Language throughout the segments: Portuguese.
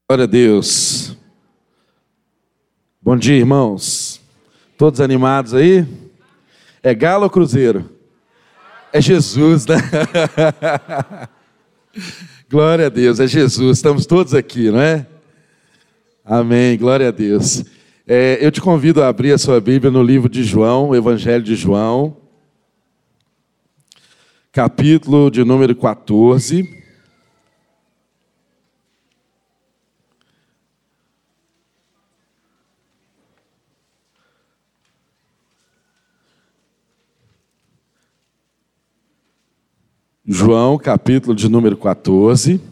Glória a Deus. Bom dia, irmãos. Todos animados aí? É Galo ou Cruzeiro? É Jesus, né? Glória a Deus, é Jesus. Estamos todos aqui, não é? Amém, glória a Deus. Eu te convido a abrir a sua Bíblia no livro de João, o Evangelho de João, capítulo de número 14. João, capítulo de número 14.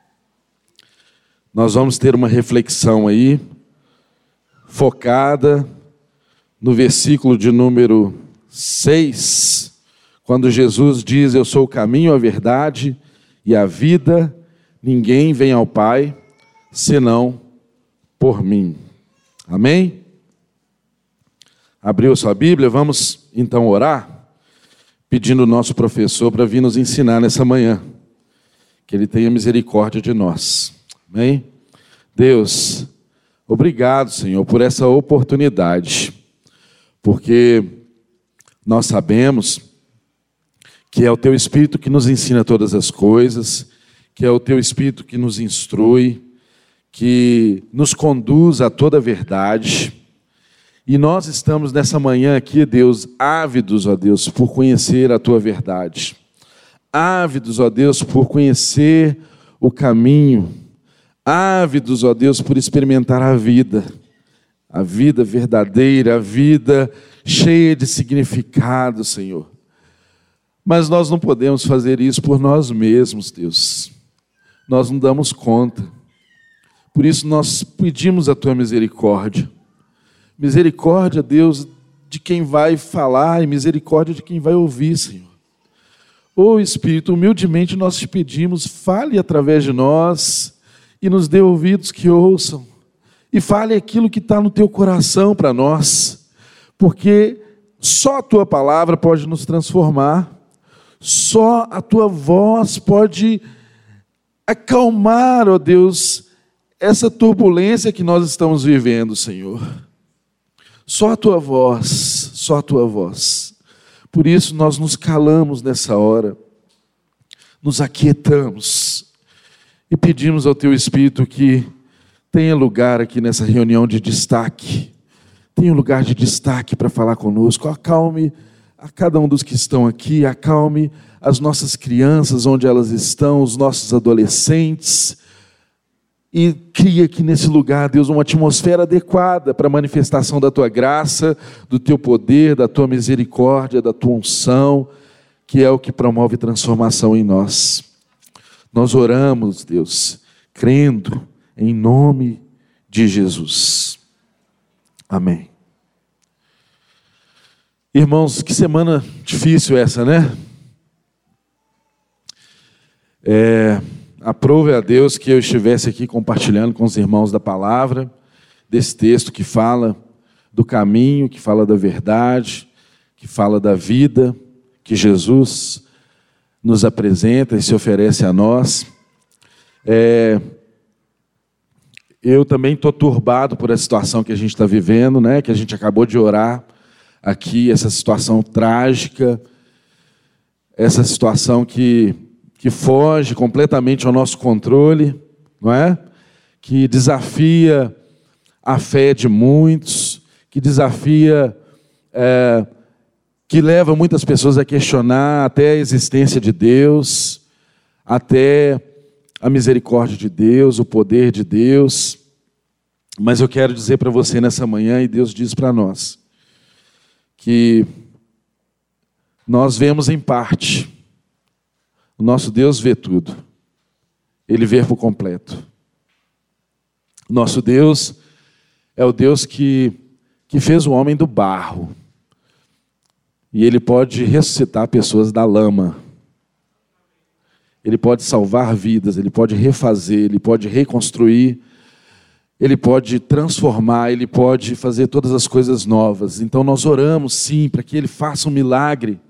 Nós vamos ter uma reflexão aí, focada no versículo de número 6, quando Jesus diz: eu sou o caminho, a verdade e a vida, ninguém vem ao Pai, senão por mim. Amém? Abriu sua Bíblia? Vamos então orar? Pedindo ao nosso professor para vir nos ensinar nessa manhã. Que Ele tenha misericórdia de nós. Amém? Deus, obrigado, Senhor, por essa oportunidade. Porque nós sabemos que é o Teu Espírito que nos ensina todas as coisas, que é o Teu Espírito que nos instrui, que nos conduz a toda a verdade. E nós estamos nessa manhã aqui, Deus, ávidos, ó Deus, por conhecer a Tua verdade. Ávidos, ó Deus, por conhecer o caminho. Ávidos, ó Deus, por experimentar a vida verdadeira, a vida cheia de significado, Senhor. Mas nós não podemos fazer isso por nós mesmos, Deus. Nós não damos conta. Por isso nós pedimos a Tua misericórdia. Misericórdia, Deus, de quem vai falar e misericórdia de quem vai ouvir, Senhor. Ô Espírito, humildemente nós te pedimos, fale através de nós e nos dê ouvidos que ouçam. E fale aquilo que está no teu coração para nós, porque só a tua palavra pode nos transformar, só a tua voz pode acalmar, ó Deus, essa turbulência que nós estamos vivendo, Senhor. Só a Tua voz, só a Tua voz. Por isso nós nos calamos nessa hora, nos aquietamos e pedimos ao Teu Espírito que tenha lugar aqui nessa reunião de destaque, tenha um lugar de destaque para falar conosco. Acalme a cada um dos que estão aqui, acalme as nossas crianças onde elas estão, os nossos adolescentes, e cria aqui nesse lugar, Deus, uma atmosfera adequada para a manifestação da Tua graça, do Teu poder, da Tua misericórdia, da Tua unção, que é o que promove transformação em nós. Nós oramos, Deus, crendo em nome de Jesus. Amém. Irmãos, que semana difícil essa, né? Aprove a Deus que eu estivesse aqui compartilhando com os irmãos da palavra, desse texto que fala do caminho, que fala da verdade, que fala da vida, que Jesus nos apresenta e se oferece a nós. Eu também estou turbado por essa situação que a gente está vivendo, né? Que a gente acabou de orar aqui, essa situação trágica, essa situação que foge completamente ao nosso controle, não é? Que desafia a fé de muitos, que desafia, que leva muitas pessoas a questionar até a existência de Deus, até a misericórdia de Deus, o poder de Deus. Mas eu quero dizer para você nessa manhã, e Deus diz para nós, que nós vemos em parte. O nosso Deus vê tudo. Ele vê por completo. Nosso Deus é o Deus que fez o homem do barro. E Ele pode ressuscitar pessoas da lama. Ele pode salvar vidas, Ele pode refazer, Ele pode reconstruir, Ele pode transformar, Ele pode fazer todas as coisas novas. Então nós oramos sim para que Ele faça um milagre,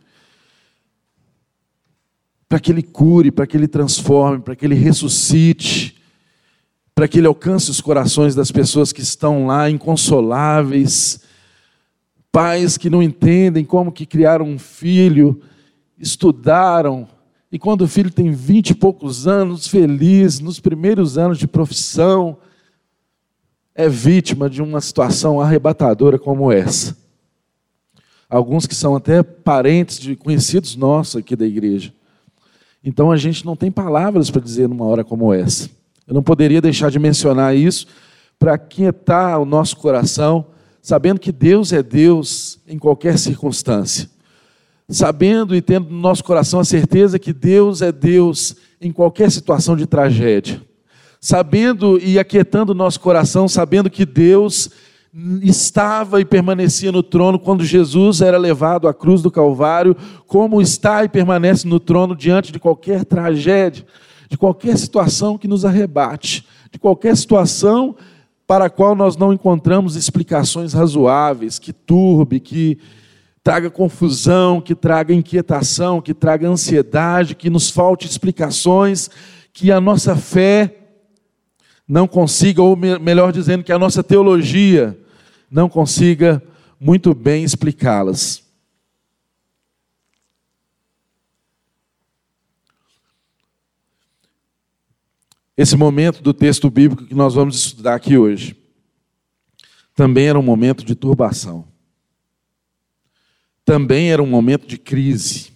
para que Ele cure, para que Ele transforme, para que Ele ressuscite, para que Ele alcance os corações das pessoas que estão lá inconsoláveis, pais que não entendem como que criaram um filho, estudaram, e quando o filho tem 20 e poucos anos, feliz, nos primeiros anos de profissão, é vítima de uma situação arrebatadora como essa. Alguns que são até parentes de conhecidos nossos aqui da igreja. Então a gente não tem palavras para dizer numa hora como essa. Eu não poderia deixar de mencionar isso para aquietar o nosso coração, sabendo que Deus é Deus em qualquer circunstância. Sabendo e tendo no nosso coração a certeza que Deus é Deus em qualquer situação de tragédia. Sabendo e aquietando o nosso coração, sabendo que Deus estava e permanecia no trono quando Jesus era levado à cruz do Calvário, como está e permanece no trono diante de qualquer tragédia, de qualquer situação que nos arrebate, de qualquer situação para a qual nós não encontramos explicações razoáveis, que turbe, que traga confusão, que traga inquietação, que traga ansiedade, que nos falte explicações, que a nossa fé não consiga, ou melhor dizendo, que a nossa teologia não consiga muito bem explicá-las. Esse momento do texto bíblico que nós vamos estudar aqui hoje, também era um momento de turbação. Também era um momento de crise.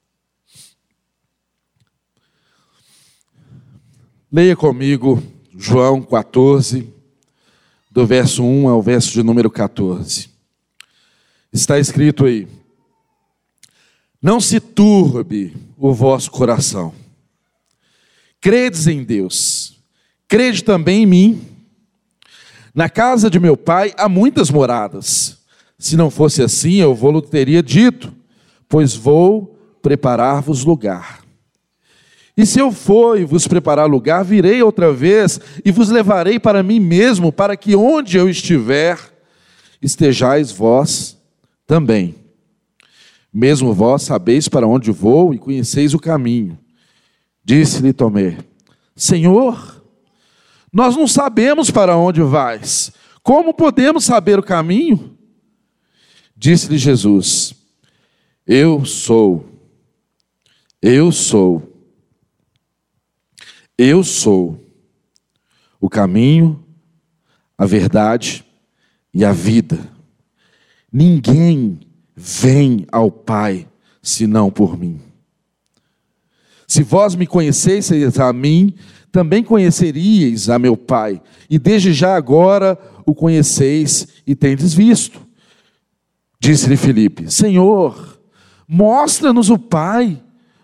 Leia comigo João 14, do verso 1 ao verso de número 14. Está escrito aí: não se turbe o vosso coração. Credes em Deus, crede também em mim. Na casa de meu pai há muitas moradas. Se não fosse assim, eu vou-lhe teria dito, pois vou preparar-vos lugar. E se eu for e vos preparar lugar, virei outra vez e vos levarei para mim mesmo, para que onde eu estiver, estejais vós também. Mesmo vós sabeis para onde vou e conheceis o caminho. Disse-lhe Tomé: Senhor, nós não sabemos para onde vais. Como podemos saber o caminho? Disse-lhe Jesus: Eu sou o caminho, a verdade e a vida. Ninguém vem ao Pai senão por mim. Se vós me conhecesseis a mim, também conheceríeis a meu Pai, e desde já agora o conheceis e tendes visto. Disse-lhe Filipe: Senhor, mostra-nos o Pai,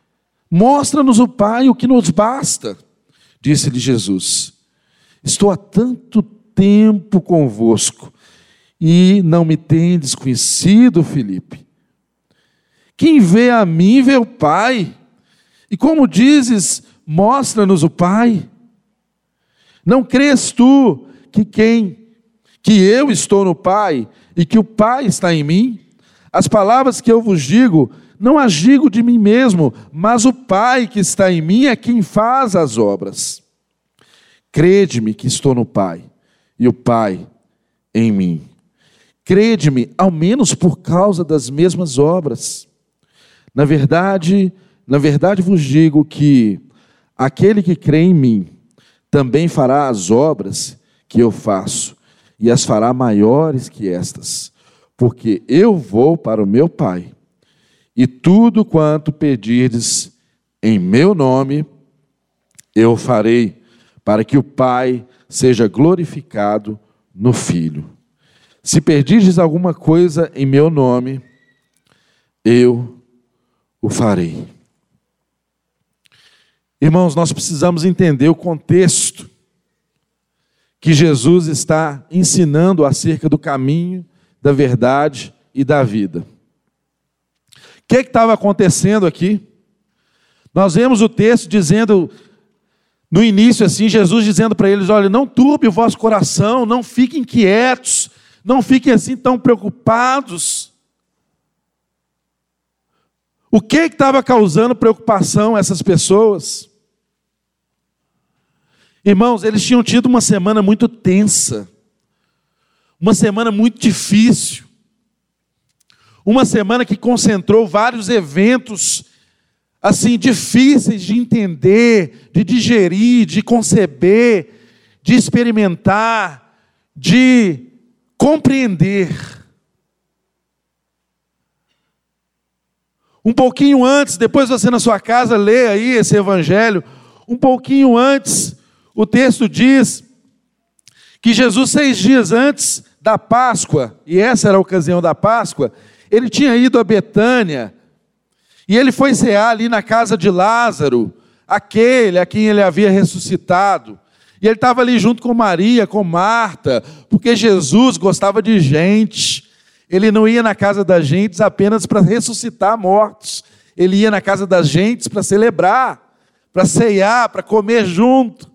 o que nos basta. Disse-lhe Jesus: estou há tanto tempo convosco, e não me tendes conhecido, Filipe. Quem vê a mim, vê o Pai. E como dizes, mostra-nos o Pai? Não crês tu que eu estou no Pai e que o Pai está em mim? As palavras que eu vos digo, não as digo de mim mesmo, mas o Pai que está em mim é quem faz as obras. Crede-me que estou no Pai e o Pai em mim. Crede-me, ao menos por causa das mesmas obras. Na verdade vos digo que aquele que crê em mim também fará as obras que eu faço, e as fará maiores que estas, porque eu vou para o meu Pai, e tudo quanto pedirdes em meu nome, eu farei, para que o Pai seja glorificado no Filho. Se pedirdes alguma coisa em meu nome, eu o farei. Irmãos, nós precisamos entender o contexto que Jesus está ensinando acerca do caminho, da verdade e da vida. O que estava acontecendo aqui? Nós vemos o texto dizendo, no início assim, Jesus dizendo para eles: olha, não turbe o vosso coração, não fiquem inquietos, não fiquem assim tão preocupados. O que estava causando preocupação a essas pessoas? Irmãos, eles tinham tido uma semana muito tensa, uma semana muito difícil, uma semana que concentrou vários eventos, assim, difíceis de entender, de digerir, de conceber, de experimentar, de compreender. Um pouquinho antes, depois você na sua casa lê aí esse evangelho, um pouquinho antes, o texto diz que Jesus, 6 dias antes da Páscoa, e essa era a ocasião da Páscoa, ele tinha ido a Betânia, e ele foi cear ali na casa de Lázaro, aquele a quem ele havia ressuscitado. E ele estava ali junto com Maria, com Marta, porque Jesus gostava de gente. Ele não ia na casa das gentes apenas para ressuscitar mortos. Ele ia na casa das gentes para celebrar, para ceiar, para comer junto.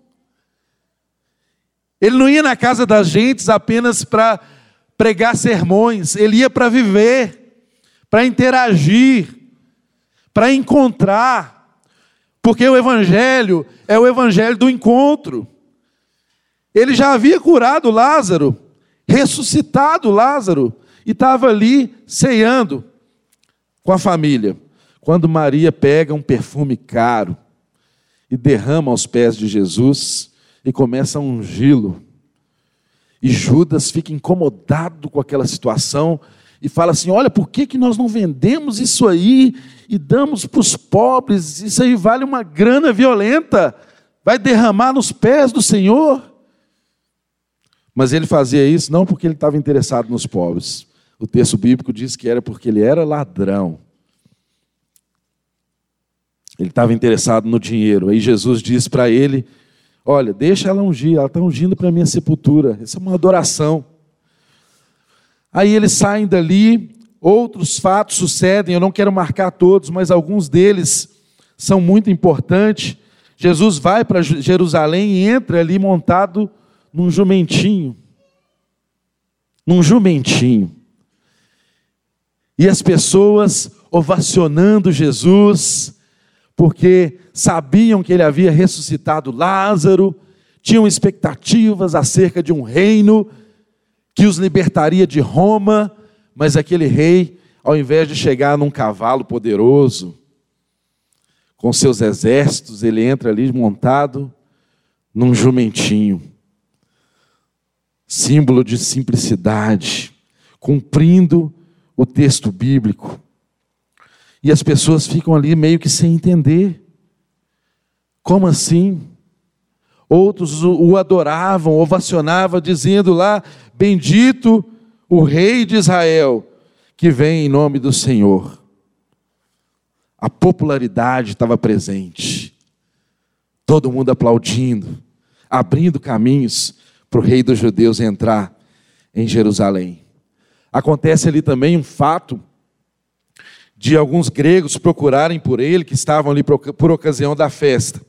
Ele não ia na casa das gentes apenas para pregar sermões. Ele ia para viver, para interagir, para encontrar. Porque o evangelho é o evangelho do encontro. Ele já havia curado Lázaro, ressuscitado Lázaro, e estava ali ceando com a família. Quando Maria pega um perfume caro e derrama aos pés de Jesus e começa a ungí-lo. E Judas fica incomodado com aquela situação e fala assim: olha, por que nós não vendemos isso aí e damos para os pobres? Isso aí vale uma grana violenta, vai derramar nos pés do Senhor. Mas ele fazia isso não porque ele estava interessado nos pobres. O texto bíblico diz que era porque ele era ladrão. Ele estava interessado no dinheiro. Aí Jesus disse para ele: olha, deixa ela ungir, ela está ungindo para a minha sepultura. Essa é uma adoração. Aí eles saem dali, outros fatos sucedem, eu não quero marcar todos, mas alguns deles são muito importantes. Jesus vai para Jerusalém e entra ali montado num jumentinho. Num jumentinho. E as pessoas ovacionando Jesus, porque sabiam que ele havia ressuscitado Lázaro, tinham expectativas acerca de um reino que os libertaria de Roma, mas aquele rei, ao invés de chegar num cavalo poderoso, com seus exércitos, ele entra ali montado num jumentinho, símbolo de simplicidade, cumprindo o texto bíblico. E as pessoas ficam ali meio que sem entender. Como assim? Outros o adoravam, ovacionavam, dizendo lá: bendito o rei de Israel, que vem em nome do Senhor. A popularidade estava presente. Todo mundo aplaudindo, abrindo caminhos para o rei dos judeus entrar em Jerusalém. Acontece ali também um fato de alguns gregos procurarem por ele, que estavam ali por ocasião da festa.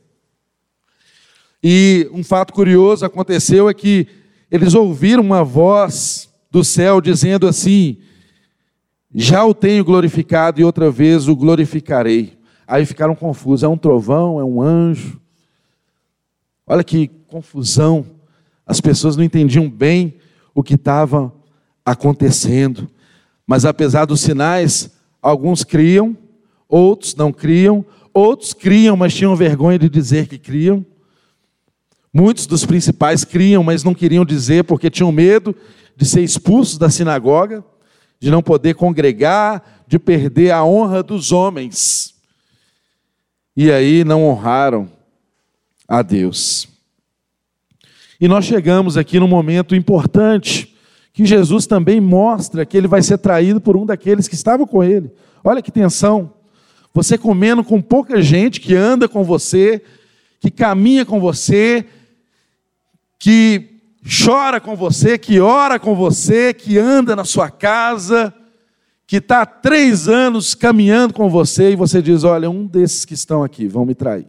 E um fato curioso aconteceu é que eles ouviram uma voz do céu dizendo assim: já o tenho glorificado e outra vez o glorificarei. Aí ficaram confusos, é um trovão, é um anjo? Olha que confusão, as pessoas não entendiam bem o que estava acontecendo, mas apesar dos sinais, alguns criam, outros não criam, outros criam, mas tinham vergonha de dizer que criam. Muitos dos principais criam, mas não queriam dizer porque tinham medo de ser expulsos da sinagoga, de não poder congregar, de perder a honra dos homens. E aí não honraram a Deus. E nós chegamos aqui num momento importante, que Jesus também mostra que ele vai ser traído por um daqueles que estavam com ele. Olha que tensão. Você comendo com pouca gente que anda com você, que caminha com você, que chora com você, que ora com você, que anda na sua casa, que está há 3 anos caminhando com você, e você diz: olha, um desses que estão aqui vão me trair.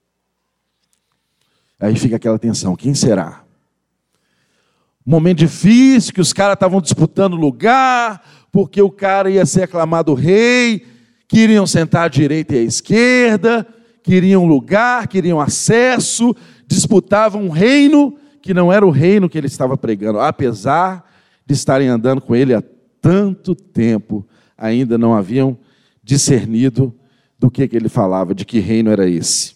Aí fica aquela tensão, quem será? Um momento difícil, que os caras estavam disputando lugar, porque o cara ia ser aclamado rei, queriam sentar à direita e à esquerda, queriam lugar, queriam acesso, disputavam um reino que não era o reino que ele estava pregando. Apesar de estarem andando com ele há tanto tempo, ainda não haviam discernido do que ele falava, de que reino era esse.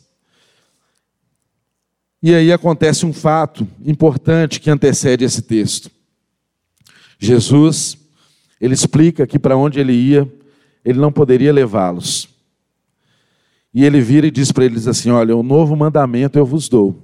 E aí acontece um fato importante que antecede esse texto. Jesus, ele explica que para onde ele ia, ele não poderia levá-los. E ele vira e diz para eles assim: olha, um novo mandamento eu vos dou,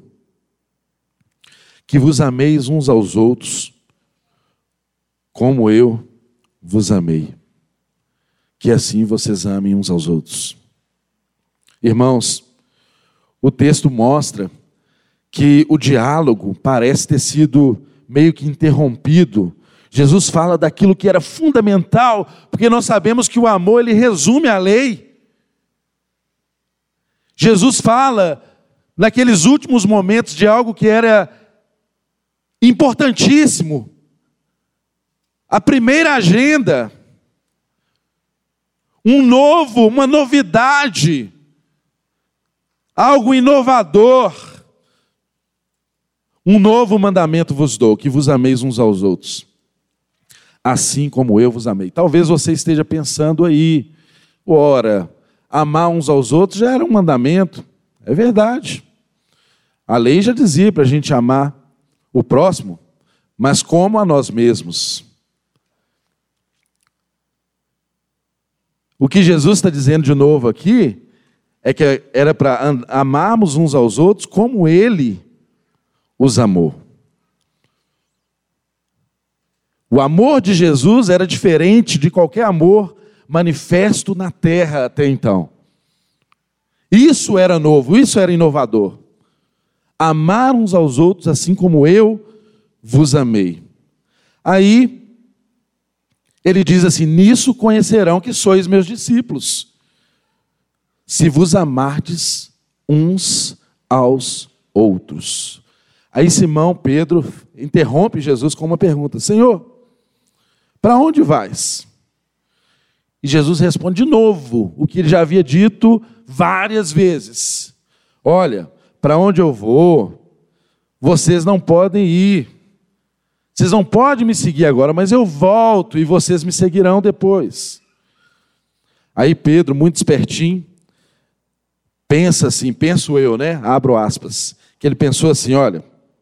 que vos ameis uns aos outros, como eu vos amei. Que assim vocês amem uns aos outros. Irmãos, o texto mostra que o diálogo parece ter sido meio que interrompido. Jesus fala daquilo que era fundamental, porque nós sabemos que o amor, ele resume a lei. Jesus fala, naqueles últimos momentos, de algo que era importantíssimo. A primeira agenda, uma novidade, algo inovador. Um novo mandamento vos dou, que vos ameis uns aos outros, assim como eu vos amei. Talvez você esteja pensando aí, ora, amar uns aos outros já era um mandamento. É verdade. A lei já dizia para a gente amar o próximo, mas como a nós mesmos. O que Jesus está dizendo de novo aqui é que era para amarmos uns aos outros como Ele os amou. O amor de Jesus era diferente de qualquer amor manifesto na terra até então. Isso era novo, isso era inovador. Amar uns aos outros assim como eu vos amei. Aí, ele diz assim: nisso conhecerão que sois meus discípulos, se vos amardes uns aos outros. Aí Simão Pedro interrompe Jesus com uma pergunta: Senhor, para onde vais? E Jesus responde de novo o que ele já havia dito várias vezes: olha, para onde eu vou, vocês não podem ir. Vocês não podem me seguir agora, mas eu volto e vocês me seguirão depois. Aí Pedro, muito espertinho, pensa assim, penso eu, né? Abro aspas. Que ele pensou assim: olha,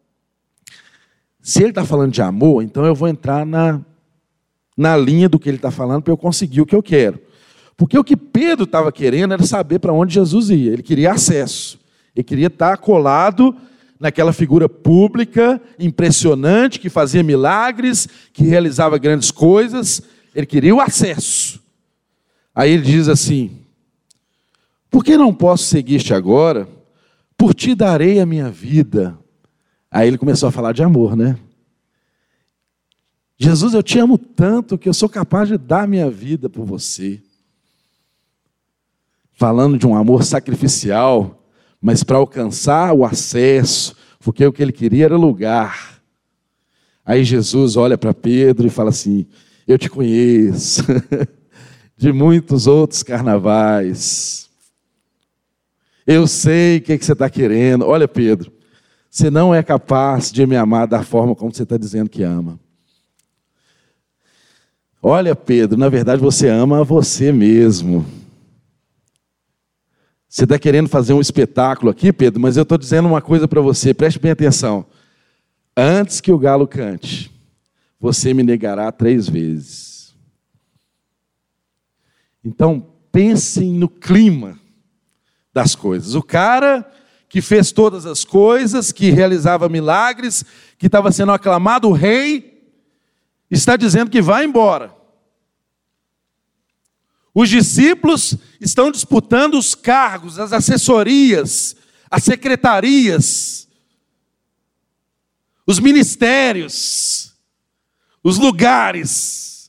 se ele está falando de amor, então eu vou entrar na linha do que ele está falando para eu conseguir o que eu quero. Porque o que Pedro estava querendo era saber para onde Jesus ia. Ele queria acesso. Ele queria estar colado naquela figura pública, impressionante, que fazia milagres, que realizava grandes coisas. Ele queria o acesso. Aí ele diz assim: por que não posso seguir-te agora? Por ti darei a minha vida. Aí ele começou a falar de amor, né? Jesus, eu te amo tanto que eu sou capaz de dar minha vida por você. Falando de um amor sacrificial, mas para alcançar o acesso, porque o que ele queria era lugar. Aí Jesus olha para Pedro e fala assim: eu te conheço de muitos outros carnavais. Eu sei o que você está querendo. Olha, Pedro, você não é capaz de me amar da forma como você está dizendo que ama. Olha, Pedro, na verdade você ama a você mesmo. Você está querendo fazer um espetáculo aqui, Pedro, mas eu estou dizendo uma coisa para você, preste bem atenção. Antes que o galo cante, você me negará 3 vezes. Então, pensem no clima das coisas. O cara que fez todas as coisas, que realizava milagres, que estava sendo aclamado rei, está dizendo que vai embora. Os discípulos estão disputando os cargos, as assessorias, as secretarias, os ministérios, os lugares.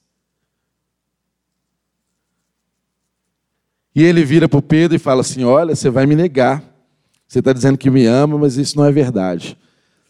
E ele vira para o Pedro e fala assim: olha, você vai me negar. Você está dizendo que me ama, mas isso não é verdade.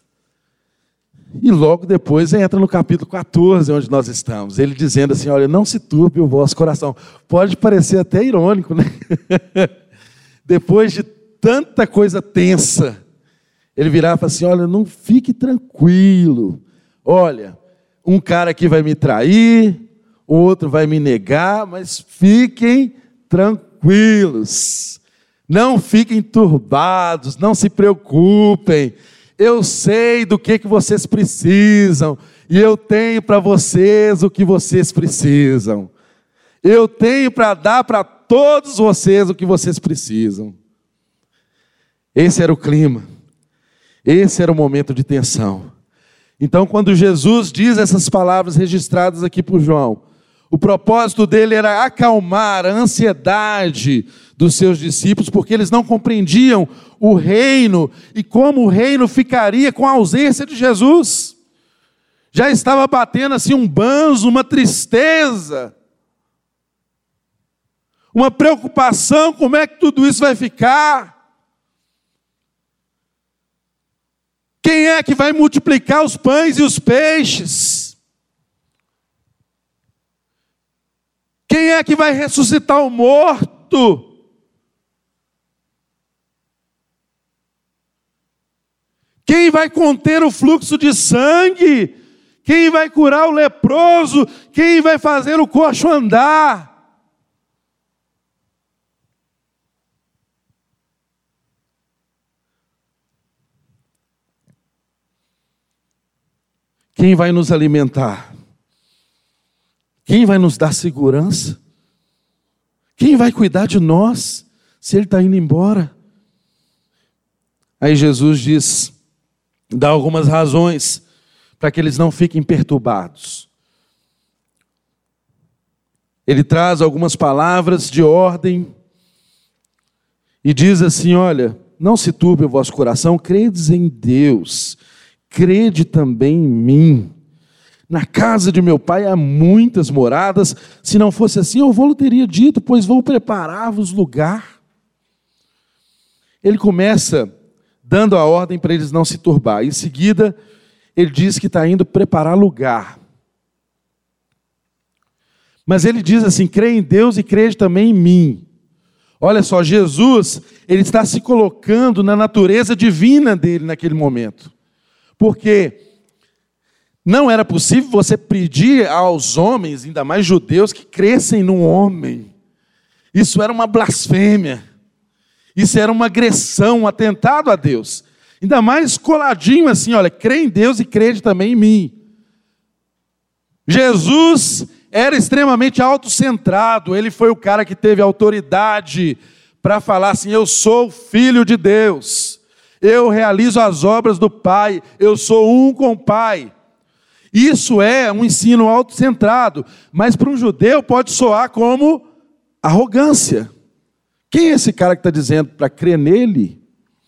E logo depois entra no capítulo 14, onde nós estamos. Ele dizendo assim: olha, não se turbe o vosso coração. Pode parecer até irônico, né? Depois de tanta coisa tensa, Ele virava e falava assim: olha, não fique tranquilo. Olha, um cara aqui vai me trair, o outro vai me negar, mas fiquem tranquilos. Não fiquem turbados, não se preocupem. Eu sei do que vocês precisam, e eu tenho para vocês o que vocês precisam. Eu tenho para dar para todos vocês o que vocês precisam. Esse era o clima. Esse era o momento de tensão. Então, quando Jesus diz essas palavras registradas aqui por João, o propósito dele era acalmar a ansiedade dos seus discípulos, porque eles não compreendiam o reino e como o reino ficaria com a ausência de Jesus. Já estava batendo assim um banzo, uma tristeza, uma preocupação, como é que tudo isso vai ficar? Quem é que vai multiplicar os pães e os peixes? Quem é que vai ressuscitar o morto? Quem vai conter o fluxo de sangue? Quem vai curar o leproso? Quem vai fazer o coxo andar? Quem vai nos alimentar? Quem vai nos dar segurança? Quem vai cuidar de nós se Ele está indo embora? Aí Jesus diz, dá algumas razões para que eles não fiquem perturbados. Ele traz algumas palavras de ordem e diz assim: olha, não se turbe o vosso coração, credes em Deus, crede também em mim. Na casa de meu pai há muitas moradas, se não fosse assim eu vou teria dito, pois vou preparar-vos lugar. Ele começa dando a ordem para eles não se turbar. Em seguida, ele diz que está indo preparar lugar. Mas ele diz assim: crê em Deus e crede também em mim. Olha só, Jesus, ele está se colocando na natureza divina dele naquele momento. Porque não era possível você pedir aos homens, ainda mais judeus, que crescem num homem. Isso era uma blasfêmia. Isso era uma agressão, um atentado a Deus. Ainda mais coladinho assim, olha, crê em Deus e crede também em mim. Jesus era extremamente autocentrado. Ele foi o cara que teve autoridade para falar assim: eu sou filho de Deus. Eu realizo as obras do Pai. Eu sou um com o Pai. Isso é um ensino autocentrado. Mas para um judeu pode soar como arrogância. Quem é esse cara que está dizendo para crer nele?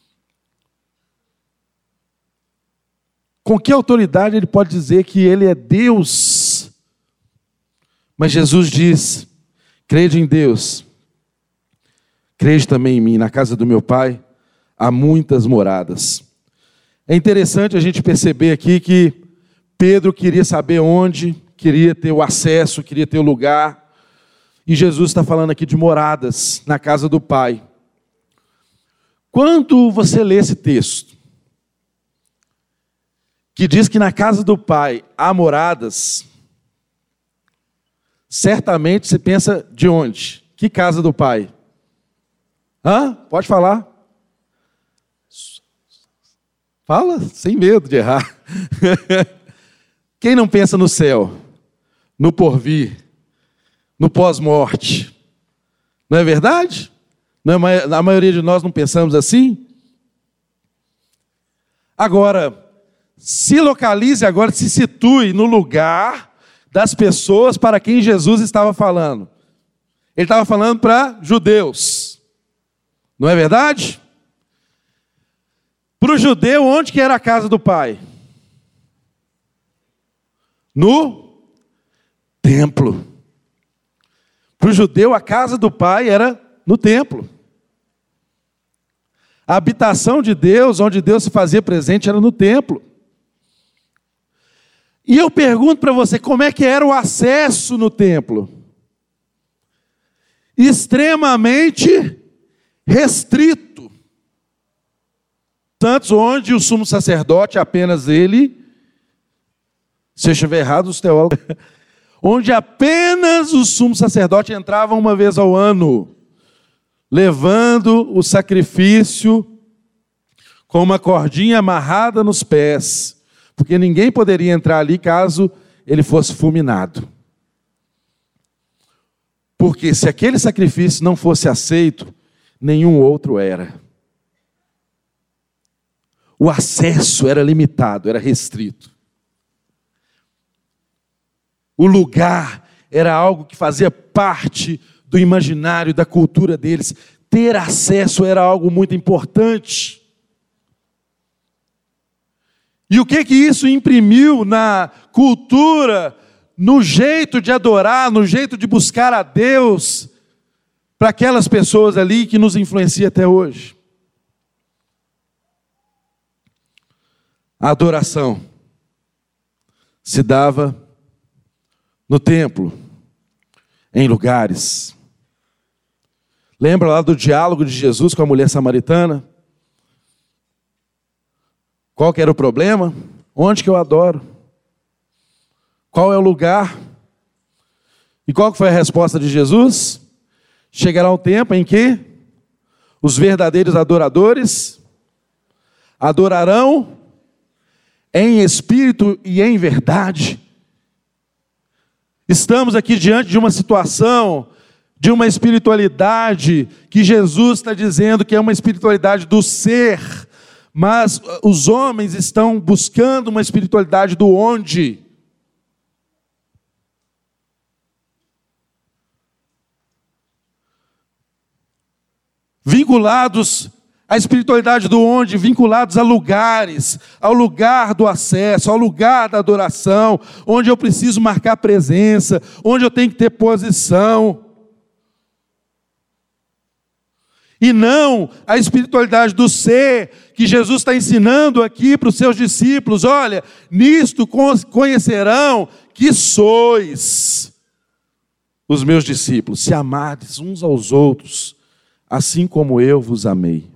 Com que autoridade ele pode dizer que ele é Deus? Mas Jesus diz: crede em Deus, crede também em mim. Na casa do meu pai há muitas moradas. É interessante a gente perceber aqui que Pedro queria saber onde, queria ter o acesso, queria ter o lugar. E Jesus está falando aqui de moradas na casa do Pai. Quando você lê esse texto, que diz que na casa do Pai há moradas, certamente você pensa de onde? Que casa do Pai? Pode falar? Fala, sem medo de errar. Quem não pensa no céu, no porvir, no pós-morte? Não é verdade? A maioria de nós não pensamos assim? Agora, se localize agora, se situe no lugar das pessoas para quem Jesus estava falando. Ele estava falando para judeus. Não é verdade? Para o judeu, onde que era a casa do Pai? No templo. Para o judeu, a casa do Pai era no templo. A habitação de Deus, onde Deus se fazia presente, era no templo. E eu pergunto para você, como é que era o acesso no templo? Extremamente restrito. Santos, onde o sumo sacerdote, apenas ele, se eu estiver errado, os teólogos, onde apenas o sumo sacerdote entrava uma vez ao ano, levando o sacrifício com uma cordinha amarrada nos pés, porque ninguém poderia entrar ali caso ele fosse fulminado. Porque se aquele sacrifício não fosse aceito, nenhum outro era. O acesso era limitado, era restrito. O lugar era algo que fazia parte do imaginário, da cultura deles. Ter acesso era algo muito importante. E o que isso imprimiu na cultura, no jeito de adorar, no jeito de buscar a Deus, para aquelas pessoas ali que nos influenciam até hoje? A adoração se dava no templo, em lugares. Lembra lá do diálogo de Jesus com a mulher samaritana? Qual que era o problema? Onde que eu adoro? Qual é o lugar? E qual que foi a resposta de Jesus? Chegará um tempo em que os verdadeiros adoradores adorarão em espírito e em verdade. Estamos aqui diante de uma situação, de uma espiritualidade que Jesus está dizendo que é uma espiritualidade do ser, mas os homens estão buscando uma espiritualidade do onde. Vinculados à espiritualidade do onde, vinculados a lugares, ao lugar do acesso, ao lugar da adoração, onde eu preciso marcar presença, onde eu tenho que ter posição. E não a espiritualidade do ser, que Jesus está ensinando aqui para os seus discípulos. Olha, nisto conhecerão que sois os meus discípulos, se amardes uns aos outros, assim como eu vos amei.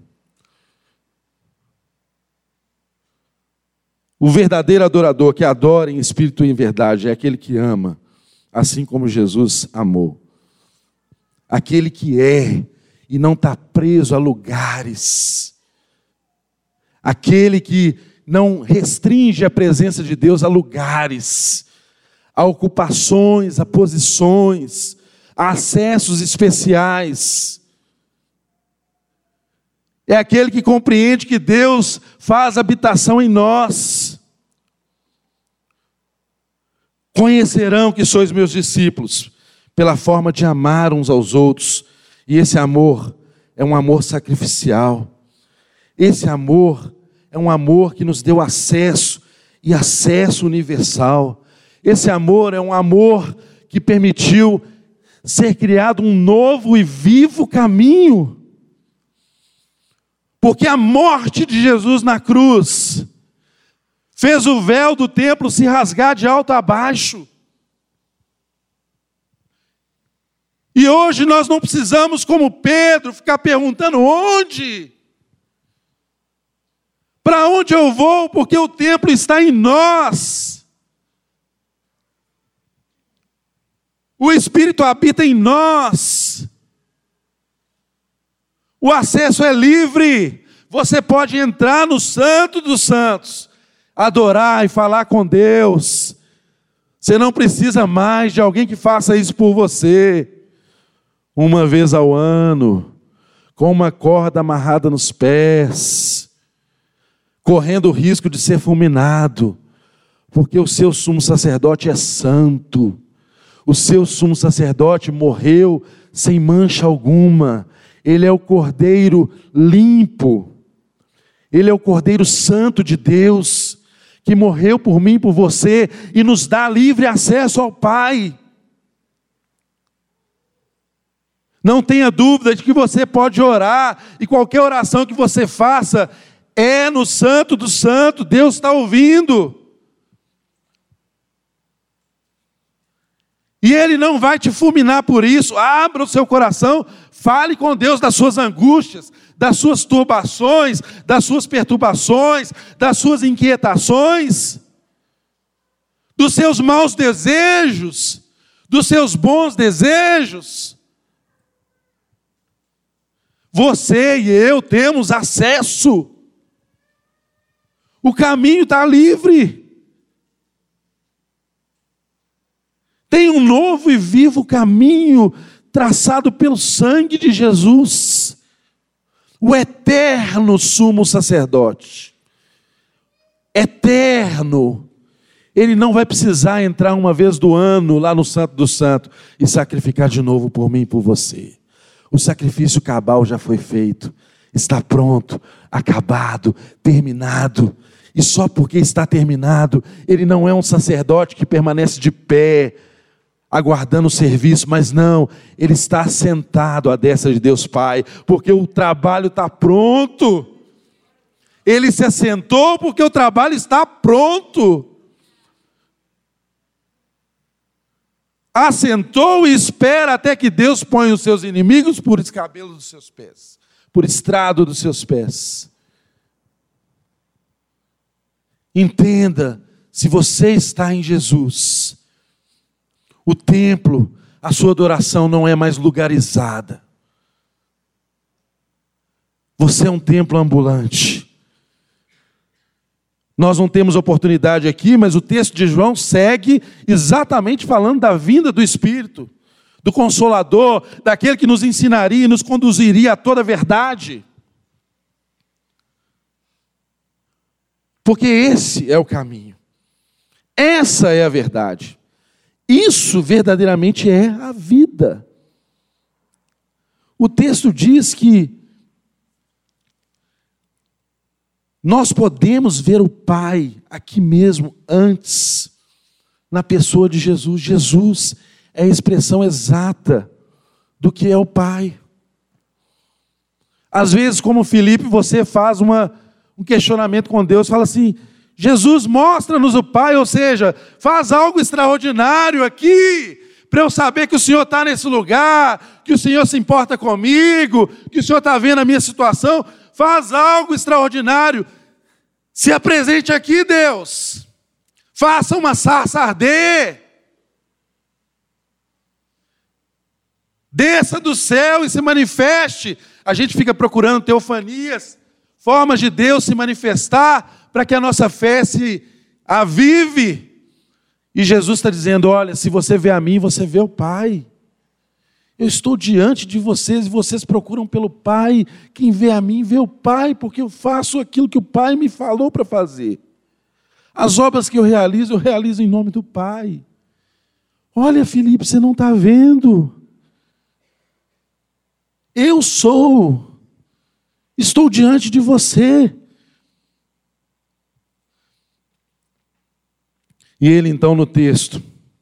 O verdadeiro adorador que adora em espírito e em verdade é aquele que ama, assim como Jesus amou. Aquele que é e não está preso a lugares. Aquele que não restringe a presença de Deus a lugares, a ocupações, a posições, a acessos especiais. É aquele que compreende que Deus faz habitação em nós. Conhecerão que sois meus discípulos, pela forma de amar uns aos outros. E esse amor é um amor sacrificial. Esse amor é um amor que nos deu acesso, e acesso universal. Esse amor é um amor que permitiu ser criado um novo e vivo caminho. Porque a morte de Jesus na cruz fez o véu do templo se rasgar de alto a baixo. E hoje nós não precisamos, como Pedro, ficar perguntando onde? Para onde eu vou? Porque o templo está em nós. O Espírito habita em nós. O acesso é livre. Você pode entrar no Santo dos Santos, adorar e falar com Deus. Você não precisa mais de alguém que faça isso por você. Uma vez ao ano, com uma corda amarrada nos pés, correndo o risco de ser fulminado, porque o seu sumo sacerdote é santo. O seu sumo sacerdote morreu sem mancha alguma. Ele é o Cordeiro limpo. Ele é o Cordeiro Santo de Deus, que morreu por mim e por você, e nos dá livre acesso ao Pai. Não tenha dúvida de que você pode orar, e qualquer oração que você faça é no Santo do Santo. Deus está ouvindo. E Ele não vai te fulminar por isso. Abra o seu coração, fale com Deus das suas angústias, das suas turbações, das suas perturbações, das suas inquietações, dos seus maus desejos, dos seus bons desejos. Você e eu temos acesso. O caminho está livre. Tem um novo e vivo caminho traçado pelo sangue de Jesus, o eterno sumo sacerdote. Eterno. Ele não vai precisar entrar uma vez do ano lá no Santo do Santo e sacrificar de novo por mim e por você. O sacrifício cabal já foi feito, está pronto, acabado, terminado. E só porque está terminado, ele não é um sacerdote que permanece de pé, aguardando o serviço, mas não, ele está sentado à destra de Deus Pai, porque o trabalho está pronto. Ele se assentou porque o trabalho está pronto. Assentou e espera até que Deus ponha os seus inimigos por escabelo dos seus pés, por estrado dos seus pés. Entenda, se você está em Jesus, o templo, a sua adoração não é mais lugarizada. Você é um templo ambulante. Nós não temos oportunidade aqui, mas o texto de João segue exatamente falando da vinda do Espírito, do Consolador, daquele que nos ensinaria e nos conduziria a toda a verdade. Porque esse é o caminho. Essa é a verdade. Isso verdadeiramente é a vida. O texto diz que nós podemos ver o Pai aqui mesmo, antes, na pessoa de Jesus. Jesus é a expressão exata do que é o Pai. Às vezes, como Filipe, você faz um questionamento com Deus, fala assim: Jesus, mostra-nos o Pai, ou seja, faz algo extraordinário aqui, para eu saber que o Senhor está nesse lugar, que o Senhor se importa comigo, que o Senhor está vendo a minha situação. Faz algo extraordinário. Se apresente aqui, Deus. Faça uma sarça arder. Desça do céu e se manifeste. A gente fica procurando teofanias, formas de Deus se manifestar, para que a nossa fé se avive. E Jesus está dizendo: olha, se você vê a mim, você vê o Pai. Eu estou diante de vocês e vocês procuram pelo Pai. Quem vê a mim, vê o Pai, porque eu faço aquilo que o Pai me falou para fazer. As obras que eu realizo em nome do Pai. Olha, Filipe, você não está vendo. Eu estou diante de você. E ele então no texto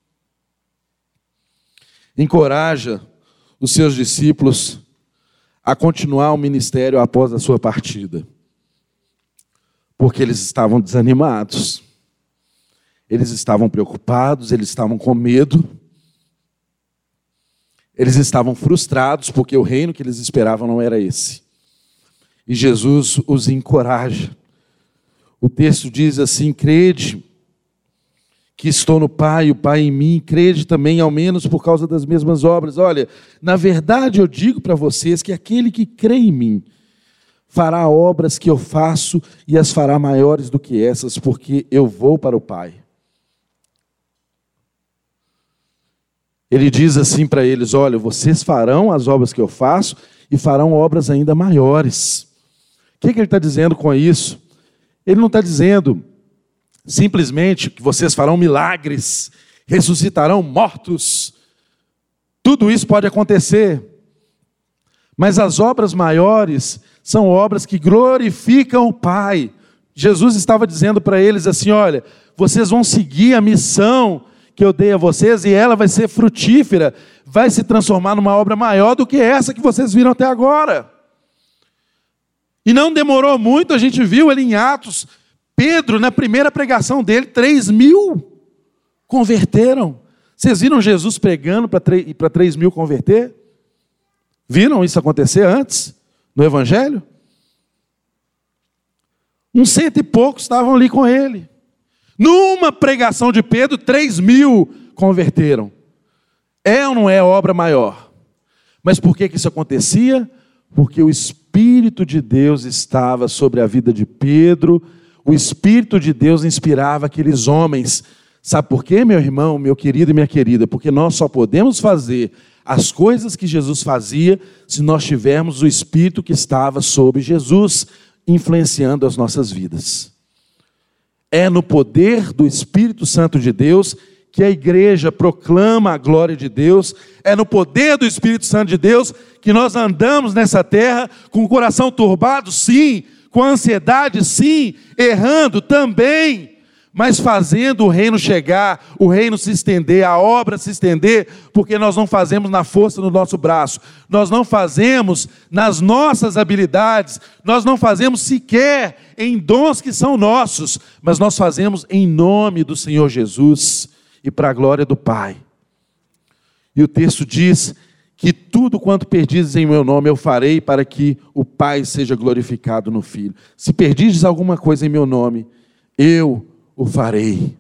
encoraja os seus discípulos a continuar o ministério após a sua partida. Porque eles estavam desanimados, eles estavam preocupados, eles estavam com medo, eles estavam frustrados, porque o reino que eles esperavam não era esse. E Jesus os encoraja. O texto diz assim: crede que estou no Pai, o Pai em mim, crede também, ao menos por causa das mesmas obras. Olha, na verdade eu digo para vocês que aquele que crê em mim fará obras que eu faço e as fará maiores do que essas, porque eu vou para o Pai. Ele diz assim para eles: olha, vocês farão as obras que eu faço e farão obras ainda maiores. O que ele está dizendo com isso? Ele não está dizendo simplesmente que vocês farão milagres, ressuscitarão mortos. Tudo isso pode acontecer. Mas as obras maiores são obras que glorificam o Pai. Jesus estava dizendo para eles assim: olha, vocês vão seguir a missão que eu dei a vocês e ela vai ser frutífera, vai se transformar numa obra maior do que essa que vocês viram até agora. E não demorou muito, a gente viu ali em Atos, Pedro, na primeira pregação dele, 3.000 converteram, Vocês viram Jesus pregando para 3.000 converter? Viram isso acontecer antes, no Evangelho? Uns 100 e poucos estavam ali com ele. Numa pregação de Pedro, 3.000 converteram. É ou não é obra maior? Mas por que isso acontecia? Porque o Espírito de Deus estava sobre a vida de Pedro, o Espírito de Deus inspirava aqueles homens. Sabe por quê, meu irmão, meu querido e minha querida? Porque nós só podemos fazer as coisas que Jesus fazia se nós tivermos o Espírito que estava sobre Jesus, influenciando as nossas vidas. É no poder do Espírito Santo de Deus que a igreja proclama a glória de Deus, é no poder do Espírito Santo de Deus que nós andamos nessa terra com o coração turbado, sim, com ansiedade, sim, errando também, mas fazendo o reino chegar, o reino se estender, a obra se estender, porque nós não fazemos na força do nosso braço, nós não fazemos nas nossas habilidades, nós não fazemos sequer em dons que são nossos, mas nós fazemos em nome do Senhor Jesus e para a glória do Pai. E o texto diz que tudo quanto perdizes em meu nome eu farei para que o Pai seja glorificado no Filho. Se perdizes alguma coisa em meu nome, eu o farei.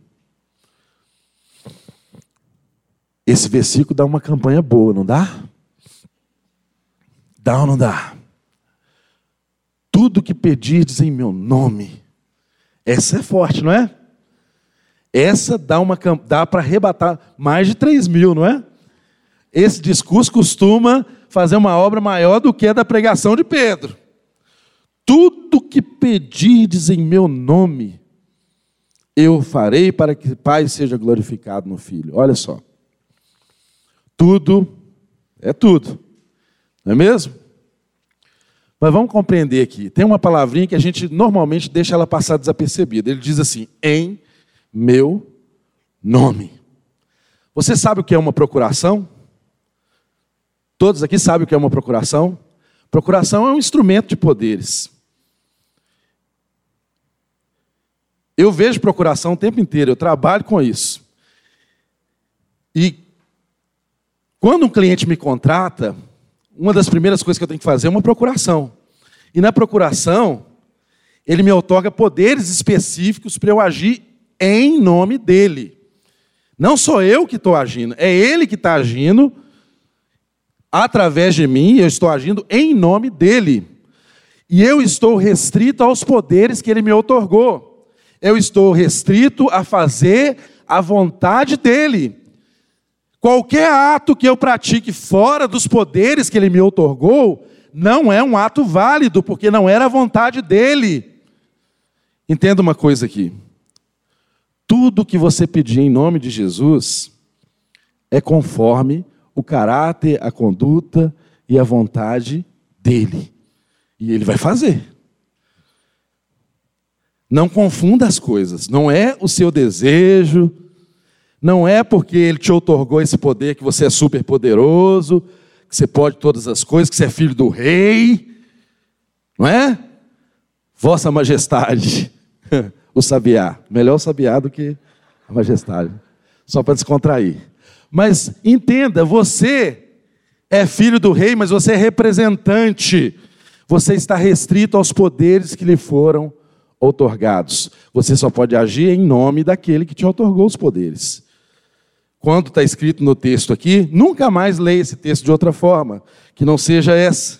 Esse versículo dá uma campanha boa, não dá? Dá ou não dá? Tudo que pedirdes em meu nome. Essa é forte, não é? Essa dá para arrebatar mais de 3.000, não é? Esse discurso costuma fazer uma obra maior do que a da pregação de Pedro. Tudo que pedirdes em meu nome, eu farei para que o Pai seja glorificado no Filho. Olha só. Tudo é tudo. Não é mesmo? Mas vamos compreender aqui. Tem uma palavrinha que a gente normalmente deixa ela passar desapercebida. Ele diz assim, em meu nome. Você sabe o que é uma procuração? Todos aqui sabem o que é uma procuração? Procuração é um instrumento de poderes. Eu vejo procuração o tempo inteiro, eu trabalho com isso. E quando um cliente me contrata, uma das primeiras coisas que eu tenho que fazer é uma procuração. E na procuração, ele me outorga poderes específicos para eu agir em nome dele. Não sou eu que estou agindo, é ele que está agindo através de mim, eu estou agindo em nome dele. E eu estou restrito aos poderes que ele me outorgou. Eu estou restrito a fazer a vontade dele. Qualquer ato que eu pratique fora dos poderes que ele me outorgou, não é um ato válido, porque não era a vontade dele. Entenda uma coisa aqui. Tudo que você pedir em nome de Jesus é conforme o caráter, a conduta e a vontade dele. E ele vai fazer. Não confunda as coisas. Não é o seu desejo, não é porque ele te outorgou esse poder que você é super poderoso, que você pode todas as coisas, que você é filho do rei. Não é? Vossa Majestade. O sabiá. Melhor o sabiá do que a majestade. Só para descontrair. Mas entenda, você é filho do rei, mas você é representante. Você está restrito aos poderes que lhe foram outorgados. Você só pode agir em nome daquele que te outorgou os poderes. Quando está escrito no texto aqui, nunca mais leia esse texto de outra forma, que não seja essa.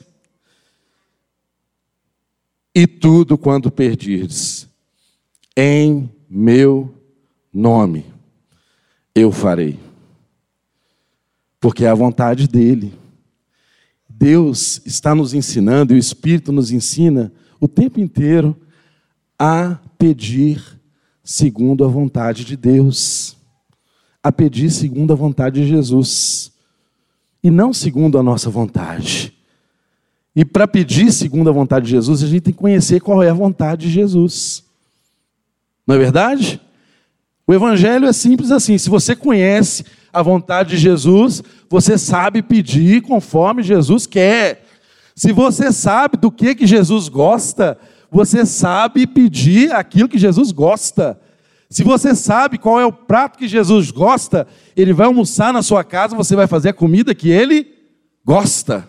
E tudo quando perdirdes, em meu nome, eu farei. Porque é a vontade dele. Deus está nos ensinando, e o Espírito nos ensina o tempo inteiro a pedir segundo a vontade de Deus. A pedir segundo a vontade de Jesus. E não segundo a nossa vontade. E para pedir segundo a vontade de Jesus, a gente tem que conhecer qual é a vontade de Jesus. Não é verdade? O Evangelho é simples assim. Se você conhece a vontade de Jesus, você sabe pedir conforme Jesus quer. Se você sabe do que Jesus gosta, você sabe pedir aquilo que Jesus gosta. Se você sabe qual é o prato que Jesus gosta, Ele vai almoçar na sua casa, você vai fazer a comida que Ele gosta.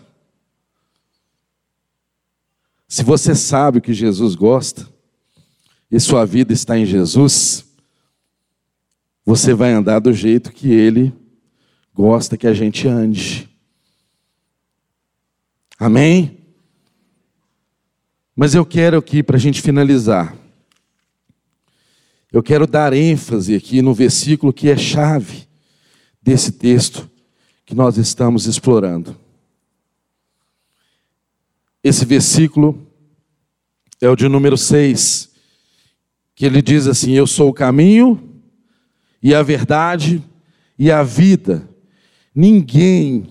Se você sabe o que Jesus gosta, e sua vida está em Jesus, você vai andar do jeito que Ele gosta que a gente ande. Amém? Mas eu quero aqui, para a gente finalizar, eu quero dar ênfase aqui no versículo que é chave desse texto que nós estamos explorando. Esse versículo é o de número 6, que ele diz assim: eu sou o caminho e a verdade e a vida. Ninguém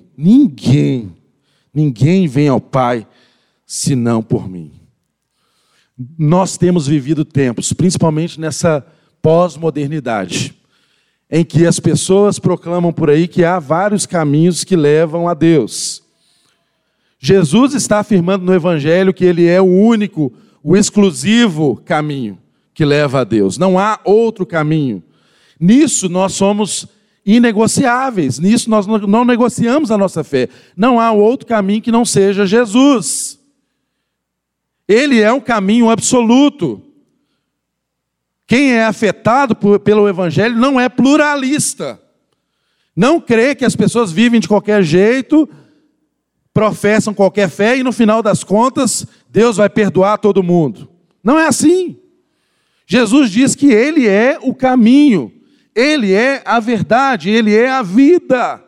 vem ao Pai senão por mim. Nós temos vivido tempos, principalmente nessa pós-modernidade, em que as pessoas proclamam por aí que há vários caminhos que levam a Deus. Jesus está afirmando no Evangelho que Ele é o único, o exclusivo caminho que leva a Deus. Não há outro caminho. Nisso nós somos inegociáveis. Nisso nós não negociamos a nossa fé. Não há outro caminho que não seja Jesus. Ele é um caminho absoluto. Quem é afetado pelo Evangelho não é pluralista. Não crê que as pessoas vivem de qualquer jeito, professam qualquer fé e no final das contas Deus vai perdoar todo mundo. Não é assim. Jesus diz que Ele é o caminho, Ele é a verdade, Ele é a vida.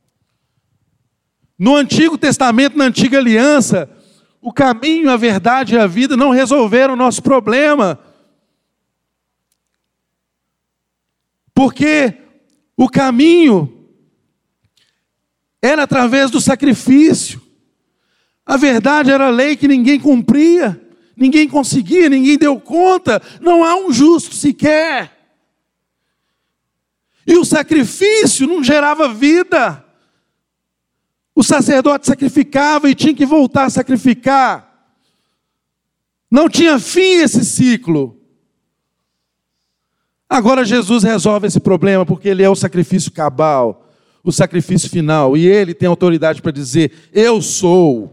No Antigo Testamento, na Antiga Aliança, o caminho, a verdade e a vida não resolveram o nosso problema. Porque o caminho era através do sacrifício. A verdade era a lei que ninguém cumpria, ninguém conseguia, ninguém deu conta. Não há um justo sequer. E o sacrifício não gerava vida. O sacerdote sacrificava e tinha que voltar a sacrificar. Não tinha fim esse ciclo. Agora Jesus resolve esse problema porque Ele é o sacrifício cabal, o sacrifício final. E Ele tem autoridade para dizer: eu sou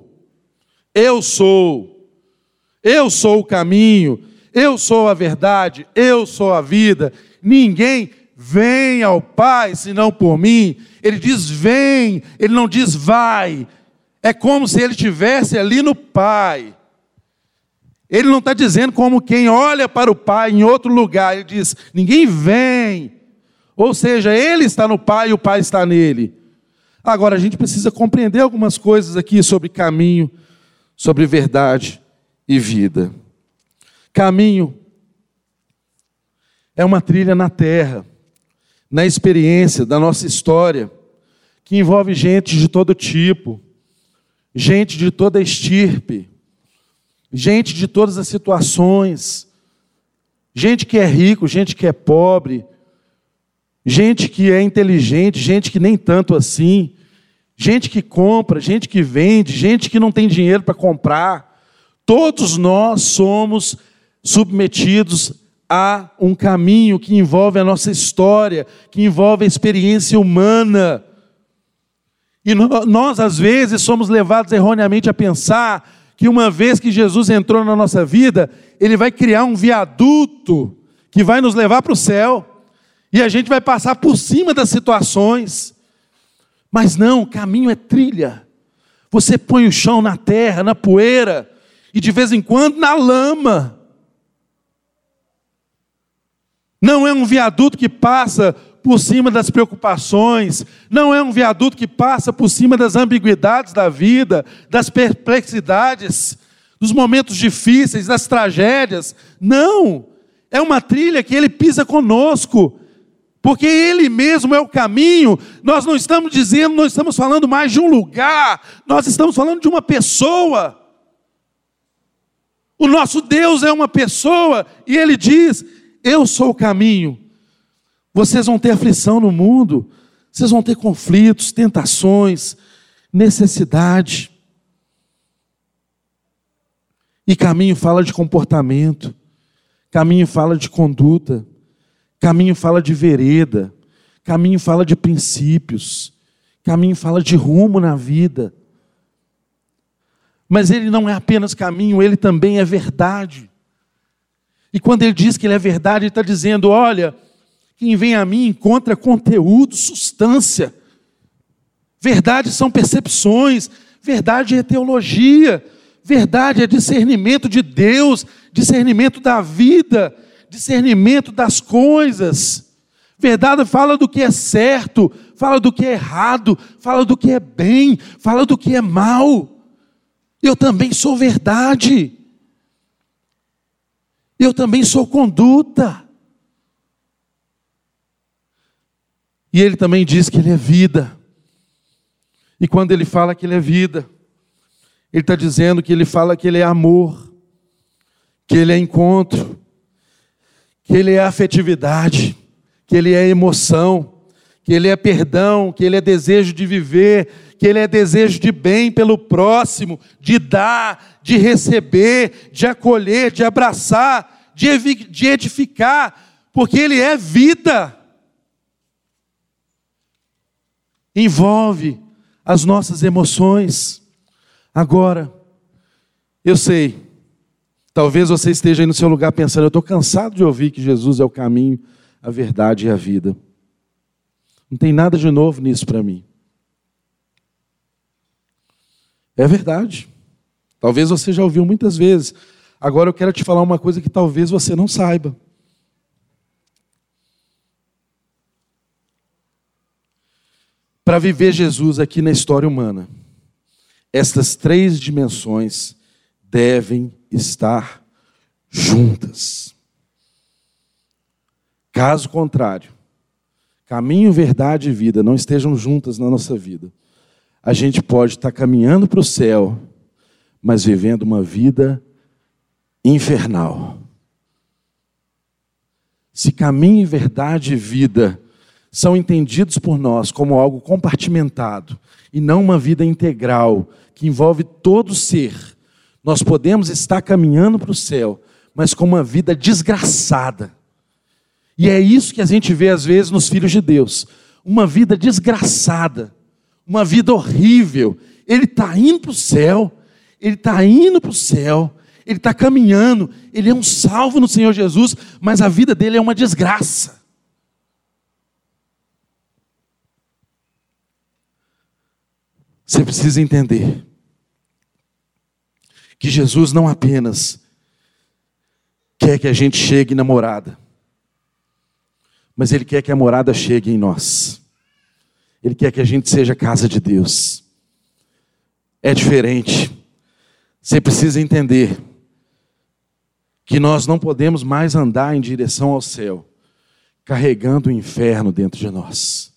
o caminho, eu sou a verdade, eu sou a vida. Ninguém vem ao Pai senão por mim. Ele diz vem, Ele não diz vai. É como se Ele estivesse ali no Pai. Ele não está dizendo como quem olha para o Pai em outro lugar. Ele diz, ninguém vem. Ou seja, Ele está no Pai e o Pai está nele. Agora, a gente precisa compreender algumas coisas aqui sobre caminho, sobre verdade e vida. Caminho é uma trilha na terra, na experiência da nossa história, que envolve gente de todo tipo, gente de toda estirpe, gente de todas as situações, gente que é rico, gente que é pobre, gente que é inteligente, gente que nem tanto assim, gente que compra, gente que vende, gente que não tem dinheiro para comprar. Todos nós somos submetidos a um caminho que envolve a nossa história, que envolve a experiência humana. E nós, às vezes, somos levados erroneamente a pensar que uma vez que Jesus entrou na nossa vida, Ele vai criar um viaduto que vai nos levar para o céu, e a gente vai passar por cima das situações. Mas não, o caminho é trilha. Você põe o chão na terra, na poeira, e de vez em quando na lama. Não é um viaduto que passa por cima das preocupações, não é um viaduto que passa por cima das ambiguidades da vida, das perplexidades, dos momentos difíceis, das tragédias. Não, é uma trilha que Ele pisa conosco, porque Ele mesmo é o caminho. Nós não estamos dizendo, não estamos falando mais de um lugar, nós estamos falando de uma pessoa. O nosso Deus é uma pessoa, e Ele diz, eu sou o caminho. Vocês vão ter aflição no mundo, vocês vão ter conflitos, tentações, necessidade. E caminho fala de comportamento, caminho fala de conduta, Caminho fala de vereda. Caminho fala de princípios. Caminho fala de rumo na vida. Mas ele não é apenas caminho, ele também é verdade. E quando ele diz que ele é verdade, ele está dizendo, olha, quem vem a mim encontra conteúdo, substância. Verdade são percepções, verdade é teologia, verdade é discernimento de Deus, discernimento da vida, discernimento das coisas. Verdade fala do que é certo, fala do que é errado, fala do que é bem, fala do que é mal. Eu também sou verdade. Eu também sou conduta. E ele também diz que ele é vida. E quando ele fala que ele é vida, ele está dizendo que ele fala que ele é amor, que ele é encontro, que ele é afetividade, que ele é emoção, que ele é perdão, que ele é desejo de viver, que ele é desejo de bem pelo próximo, de dar, de receber, de acolher, de abraçar, de edificar, porque ele é vida. Envolve as nossas emoções. Agora, eu sei, talvez você esteja aí no seu lugar pensando, eu estou cansado de ouvir que Jesus é o caminho, a verdade e a vida. Não tem nada de novo nisso para mim. É verdade. Talvez você já ouviu muitas vezes. Agora eu quero te falar uma coisa que talvez você não saiba. Para viver Jesus aqui na história humana, estas três dimensões devem estar juntas. Caso contrário, caminho, verdade e vida não estejam juntas na nossa vida, a gente pode estar caminhando para o céu, mas vivendo uma vida infernal. Se caminho, verdade e vida são entendidos por nós como algo compartimentado e não uma vida integral que envolve todo ser, nós podemos estar caminhando para o céu, mas com uma vida desgraçada. E é isso que a gente vê às vezes nos filhos de Deus. Uma vida desgraçada, uma vida horrível. Ele está indo para o céu, ele está indo para o céu, ele está caminhando, ele é um salvo no Senhor Jesus, mas a vida dele é uma desgraça. Você precisa entender que Jesus não apenas quer que a gente chegue na morada, mas Ele quer que a morada chegue em nós. Ele quer que a gente seja casa de Deus. É diferente. Você precisa entender que nós não podemos mais andar em direção ao céu, carregando o inferno dentro de nós.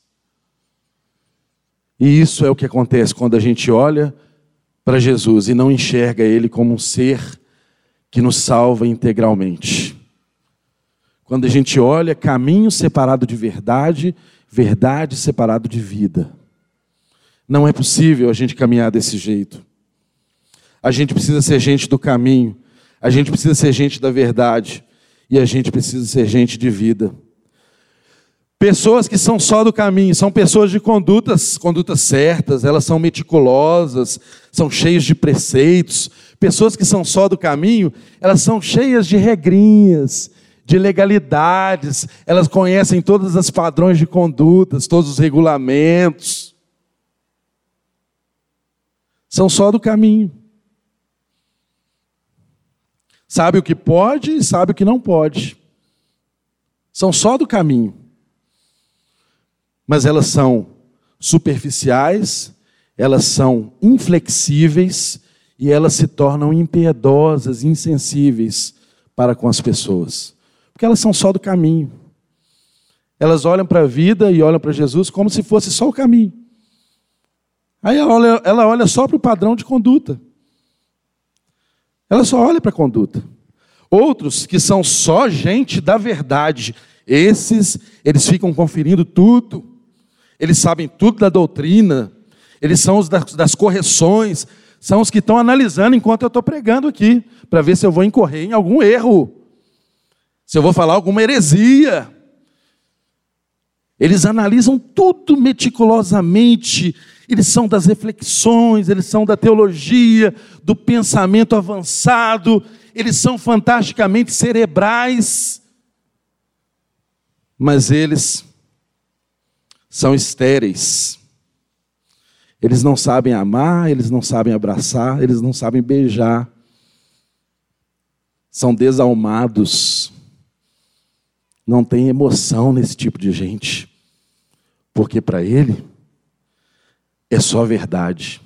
E isso é o que acontece quando a gente olha para Jesus e não enxerga Ele como um ser que nos salva integralmente. Quando a gente olha caminho separado de verdade, verdade separado de vida. Não é possível a gente caminhar desse jeito. A gente precisa ser gente do caminho, a gente precisa ser gente da verdade e a gente precisa ser gente de vida. Pessoas que são só do caminho, são pessoas de condutas certas, elas são meticulosas, são cheias de preceitos. Pessoas que são só do caminho, elas são cheias de regrinhas, de legalidades, elas conhecem todos os padrões de condutas, todos os regulamentos. São só do caminho. Sabe o que pode e sabe o que não pode. São só do caminho. Mas elas são superficiais, elas são inflexíveis e elas se tornam impiedosas, insensíveis para com as pessoas. Porque elas são só do caminho. Elas olham para a vida e olham para Jesus como se fosse só o caminho. Aí ela olha só para o padrão de conduta. Ela só olha para a conduta. Outros que são só gente da verdade, eles ficam conferindo tudo. Eles sabem tudo da doutrina. Eles são os das correções. São os que estão analisando enquanto eu estou pregando aqui, para ver se eu vou incorrer em algum erro. Se eu vou falar alguma heresia. Eles analisam tudo meticulosamente, eles são das reflexões, eles são da teologia, do pensamento avançado, eles são fantasticamente cerebrais, mas eles são estéreis. Eles não sabem amar, eles não sabem abraçar, eles não sabem beijar. São desalmados. Não tem emoção nesse tipo de gente. Porque para ele é só verdade.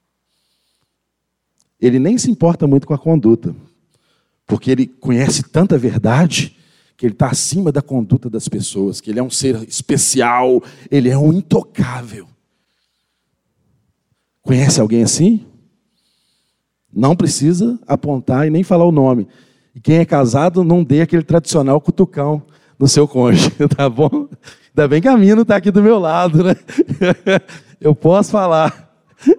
Ele nem se importa muito com a conduta. Porque ele conhece tanta verdade que ele está acima da conduta das pessoas. Que ele é um ser especial, ele é um intocável. Conhece alguém assim? Não precisa apontar e nem falar o nome. E quem é casado, não dê aquele tradicional cutucão no seu cônjuge, tá bom? Ainda bem que a mina está aqui do meu lado, né? Eu posso falar.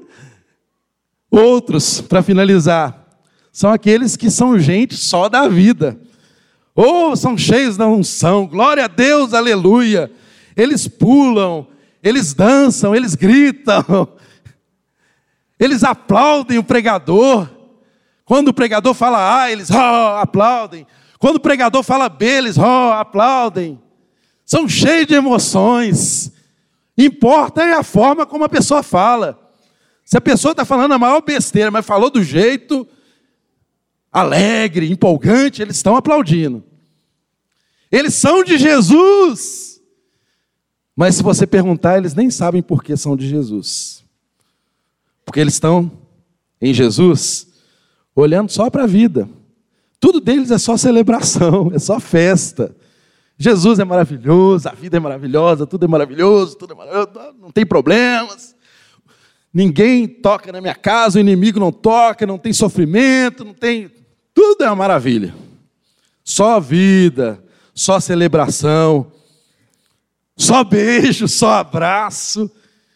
Outros, para finalizar, são aqueles que são gente só da vida. Ou são cheios da unção, glória a Deus, aleluia. Eles pulam, eles dançam, eles gritam. Eles aplaudem o pregador. Quando o pregador fala A, eles aplaudem. Quando o pregador fala B, eles aplaudem. São cheios de emoções. Importa é a forma como a pessoa fala. Se a pessoa está falando a maior besteira, mas falou do jeito alegre, empolgante, eles estão aplaudindo. Eles são de Jesus. Mas se você perguntar, eles nem sabem por que são de Jesus. Porque eles estão em Jesus, olhando só para a vida. Tudo deles é só celebração, é só festa. Jesus é maravilhoso, a vida é maravilhosa, tudo é maravilhoso, não tem problemas. Ninguém toca na minha casa, o inimigo não toca, não tem sofrimento, não tem... Tudo é uma maravilha. Só vida, só celebração, só beijo, só abraço,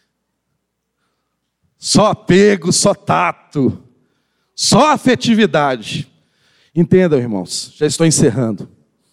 só apego, só tato, só afetividade. Entendam, irmãos, já estou encerrando.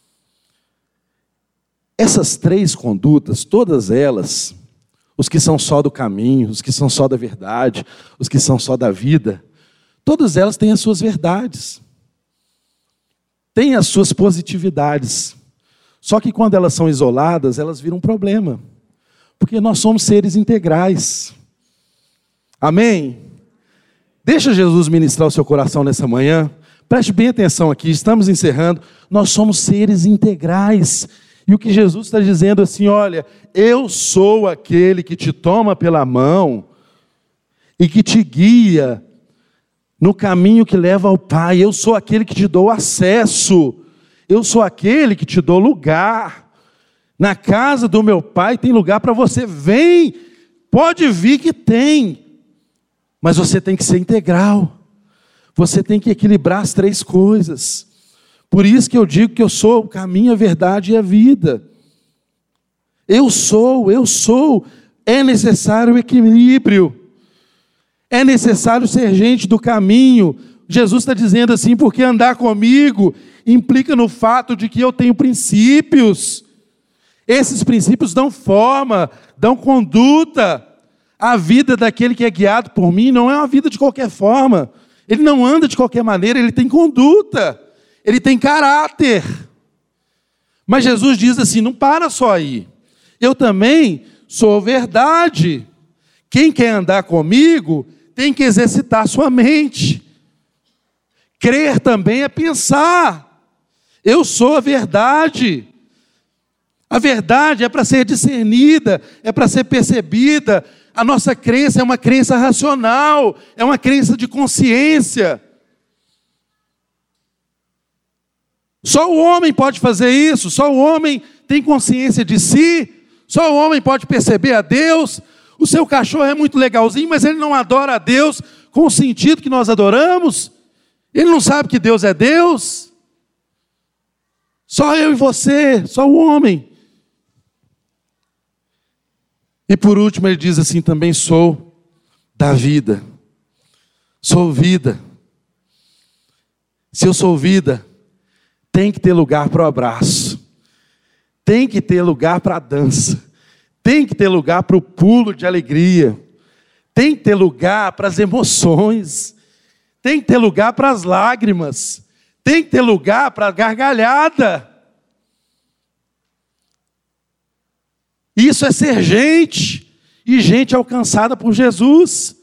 Essas três condutas, todas elas, os que são só do caminho, os que são só da verdade, os que são só da vida, todas elas têm as suas verdades, têm as suas positividades. Só que quando elas são isoladas, elas viram um problema, porque nós somos seres integrais. Amém? Deixa Jesus ministrar o seu coração nessa manhã. Preste bem atenção aqui, estamos encerrando. Nós somos seres integrais. E o que Jesus está dizendo assim, olha, eu sou aquele que te toma pela mão e que te guia no caminho que leva ao Pai. Eu sou aquele que te dou acesso. Eu sou aquele que te dou lugar. Na casa do meu Pai tem lugar para você. Vem, pode vir que tem. Mas você tem que ser integral. Você tem que equilibrar as três coisas. Por isso que eu digo que eu sou o caminho, a verdade e a vida. Eu sou. É necessário o equilíbrio. É necessário ser gente do caminho. Jesus está dizendo assim, porque andar comigo implica no fato de que eu tenho princípios. Esses princípios dão forma, dão conduta. A vida daquele que é guiado por mim não é uma vida de qualquer forma. Ele não anda de qualquer maneira, ele tem conduta. Ele tem caráter. Mas Jesus diz assim, não para só aí. Eu também sou verdade. Quem quer andar comigo tem que exercitar sua mente. Crer também é pensar. Eu sou a verdade. A verdade é para ser discernida, é para ser percebida. A nossa crença é uma crença racional, é uma crença de consciência. Só o homem pode fazer isso, só o homem tem consciência de si, só o homem pode perceber a Deus. O seu cachorro é muito legalzinho, mas ele não adora a Deus com o sentido que nós adoramos. Ele não sabe que Deus é Deus. Só eu e você, só o homem. E por último ele diz assim, também sou da vida. Sou vida. Se eu sou vida, tem que ter lugar para o abraço. Tem que ter lugar para a dança. tem que ter lugar para o pulo de alegria, tem que ter lugar para as emoções, tem que ter lugar para as lágrimas, tem que ter lugar para a gargalhada. Isso é ser gente, e gente alcançada por Jesus.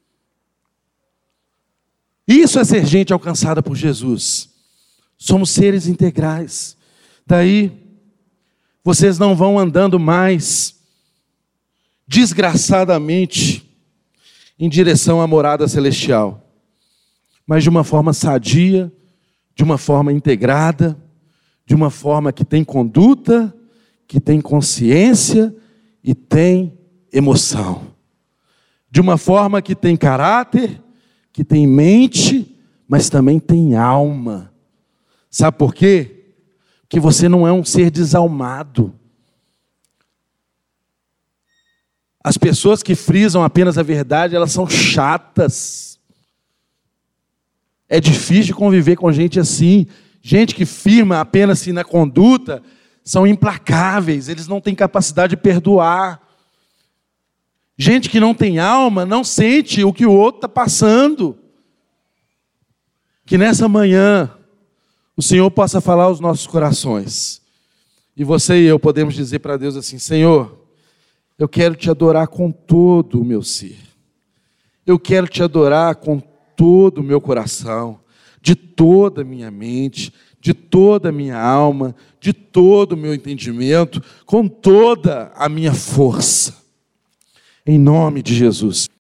Isso é ser gente alcançada por Jesus. Somos seres integrais. Daí, vocês não vão andando mais desgraçadamente em direção à morada celestial, mas de uma forma sadia, de uma forma integrada, de uma forma que tem conduta, que tem consciência e tem emoção. De uma forma que tem caráter, que tem mente, mas também tem alma. Sabe por quê? Porque você não é um ser desalmado. As pessoas que frisam apenas a verdade, elas são chatas. É difícil de conviver com gente assim. Gente que firma apenas assim na conduta, são implacáveis, eles não têm capacidade de perdoar. Gente que não tem alma, não sente o que o outro está passando. Que nessa manhã, o Senhor possa falar aos nossos corações. E você e eu podemos dizer para Deus assim: Senhor, eu quero te adorar com todo o meu ser. Eu quero te adorar com todo o meu coração, de toda a minha mente, de toda a minha alma, de todo o meu entendimento, com toda a minha força. Em nome de Jesus.